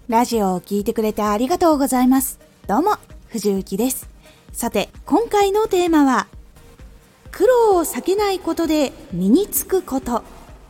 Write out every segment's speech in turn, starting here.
ラジオを聞いてくれてありがとうございます。どうも、藤幸です。さて、今回のテーマは、苦労を避けないことで身につくこと。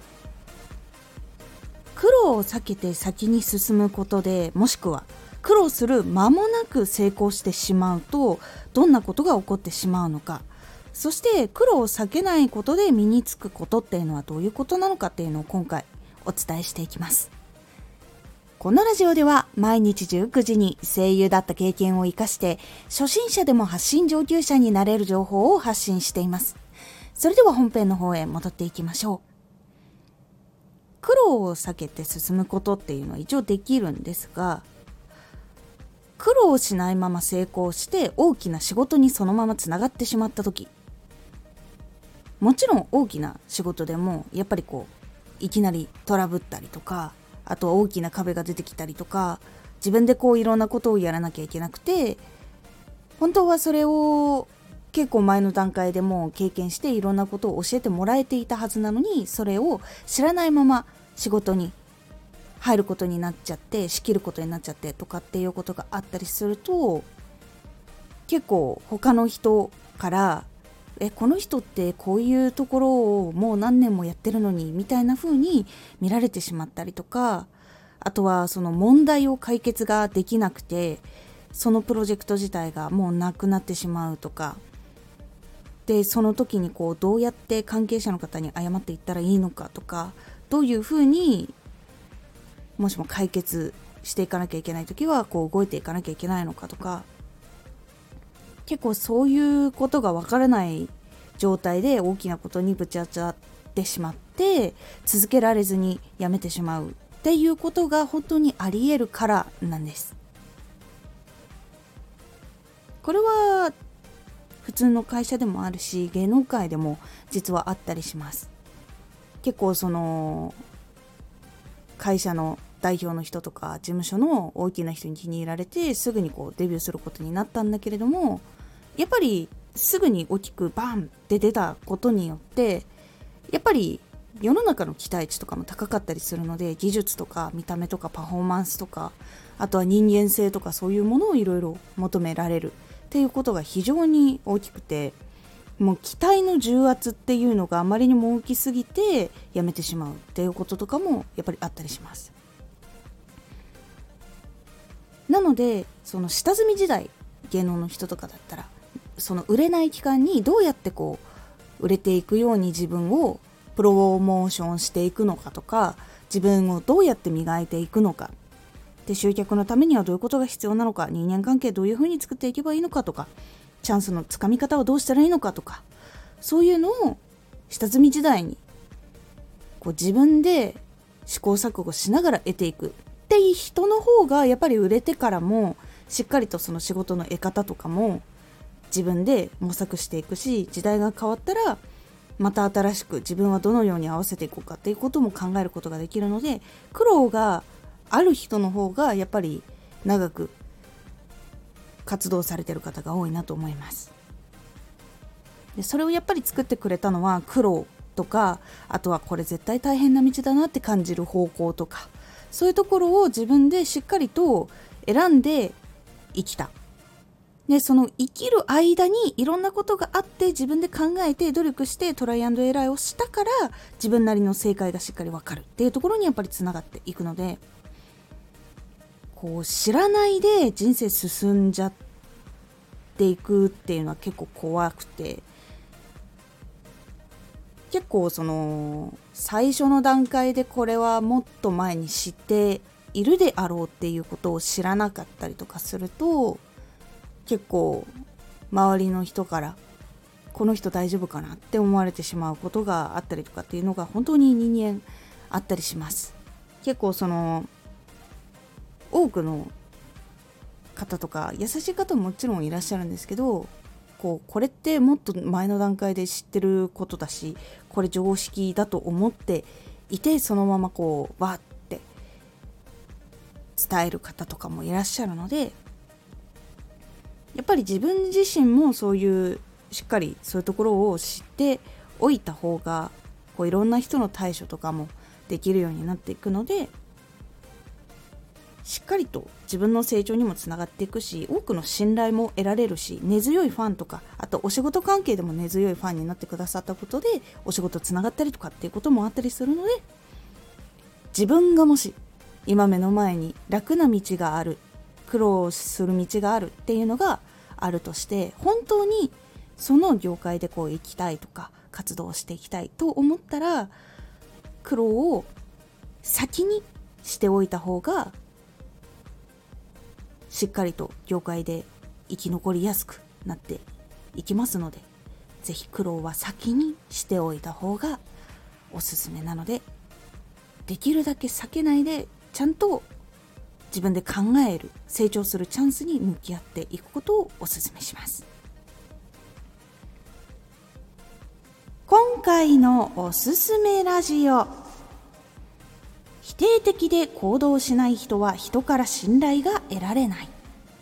苦労を避けて先に進むことで、もしくは苦労する間もなく成功してしまうと、どんなことが起こってしまうのか。そして苦労を避けないことで身につくことっていうのはどういうことなのかっていうのを今回お伝えしていきます。このラジオでは毎日19時に声優だった経験を生かして初心者でも発信上級者になれる情報を発信しています。それでは本編の方へ戻っていきましょう。苦労を避けて進むことっていうのは一応できるんですが、苦労しないまま成功して大きな仕事にそのままつながってしまった時、もちろん大きな仕事でもやっぱりいきなりトラブったりとか、あとは大きな壁が出てきたりとか、自分でいろんなことをやらなきゃいけなくて、本当はそれを結構前の段階でも経験していろんなことを教えてもらえていたはずなのに、それを知らないまま仕事に入ることになっちゃって、仕切ることになっちゃってとかっていうことがあったりすると、結構他の人からこの人ってこういうところをもう何年もやってるのにみたいな風に見られてしまったりとか、あとはその問題を解決ができなくてそのプロジェクト自体がもうなくなってしまうとかで、その時にどうやって関係者の方に謝っていったらいいのかとか、どういう風にもしも解決していかなきゃいけない時は動いていかなきゃいけないのかとか、結構そういうことが分からない状態で大きなことにぶち当たってしまって続けられずにやめてしまうっていうことが本当にあり得るからなんです。これは普通の会社でもあるし、芸能界でも実はあったりします。結構その会社の代表の人とか事務所の大きな人に気に入られてすぐにデビューすることになったんだけれども、やっぱりすぐに大きくバンって出たことによって、やっぱり世の中の期待値とかも高かったりするので、技術とか見た目とかパフォーマンスとか、あとは人間性とかそういうものをいろいろ求められるっていうことが非常に大きくて、もう期待の重圧っていうのがあまりにも大きすぎてやめてしまうっていうこととかもやっぱりあったりします。なのでその下積み時代、芸能の人とかだったらその売れない期間にどうやって売れていくように自分をプロモーションしていくのかとか、自分をどうやって磨いていくのかで、集客のためにはどういうことが必要なのか、人間関係どういうふうに作っていけばいいのかとか、チャンスのつかみ方はどうしたらいいのかとか、そういうのを下積み時代に自分で試行錯誤しながら得ていくっていう人の方が、やっぱり売れてからもしっかりとその仕事の得方とかも自分で模索していくし、時代が変わったらまた新しく自分はどのように合わせていこうかっていうことも考えることができるので、苦労がある人の方がやっぱり長く活動されている方が多いなと思います。でそれをやっぱり作ってくれたのは苦労とか、あとはこれ絶対大変な道だなって感じる方向とか、そういうところを自分でしっかりと選んで生きた。でその生きる間にいろんなことがあって、自分で考えて努力してトライアンドエラーをしたから、自分なりの正解がしっかり分かるっていうところにやっぱりつながっていくので、知らないで人生進んじゃっていくっていうのは結構怖くて、結構その最初の段階でこれはもっと前に知っているであろうっていうことを知らなかったりとかすると、結構周りの人からこの人大丈夫かなって思われてしまうことがあったりとかっていうのが本当に人間あったりします。結構その多くの方とか優しい方ももちろんいらっしゃるんですけど、これってもっと前の段階で知ってることだし、これ常識だと思っていて、そのままわーって伝える方とかもいらっしゃるので、やっぱり自分自身もそういうしっかりそういうところを知っておいた方がいろんな人の対処とかもできるようになっていくので、 しっかりと自分の成長にもつながっていくし、多くの信頼も得られるし、根強いファンとか、あとお仕事関係でも根強いファンになってくださったことでお仕事つながったりとかっていうこともあったりするので、自分がもし今目の前に楽な道がある、苦労する道があるっていうのがあるとして、本当にその業界でこう生きたいとか活動していきたいと思ったら、苦労を先にしておいた方がしっかりと業界で生き残りやすくなっていきますので、ぜひ苦労は先にしておいた方がおすすめなので、できるだけ避けないでちゃんと自分で考える、成長するチャンスに向き合っていくことをおすすめします。今回のおすすめラジオ、否定的で行動しない人は人から信頼が得られない。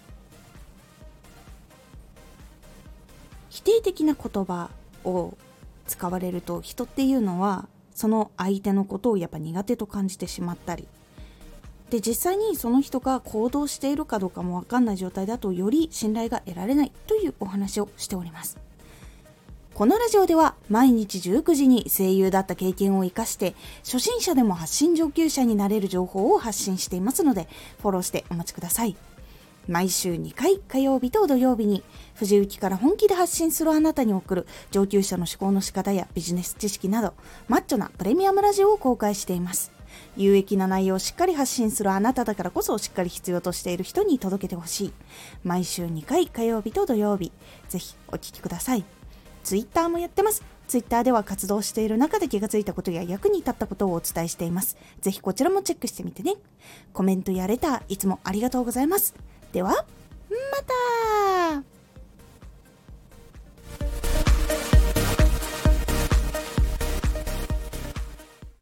否定的な言葉を使われると、人っていうのはその相手のことをやっぱ苦手と感じてしまったりで、実際にその人が行動しているかどうかも分かんない状態だと、より信頼が得られないというお話をしております。このラジオでは毎日19時に声優だった経験を生かして、初心者でも発信上級者になれる情報を発信していますので、フォローしてお待ちください。毎週2回、火曜日と土曜日に藤雪から本気で発信するあなたに送る上級者の思考の仕方やビジネス知識など、マッチョなプレミアムラジオを公開しています。有益な内容をしっかり発信するあなただからこそ、しっかり必要としている人に届けてほしい。毎週2回、火曜日と土曜日、ぜひお聞きください。ツイッターもやってます。ツイッターでは活動している中で気がついたことや役に立ったことをお伝えしています。ぜひこちらもチェックしてみてね。コメントやレターいつもありがとうございます。ではまた。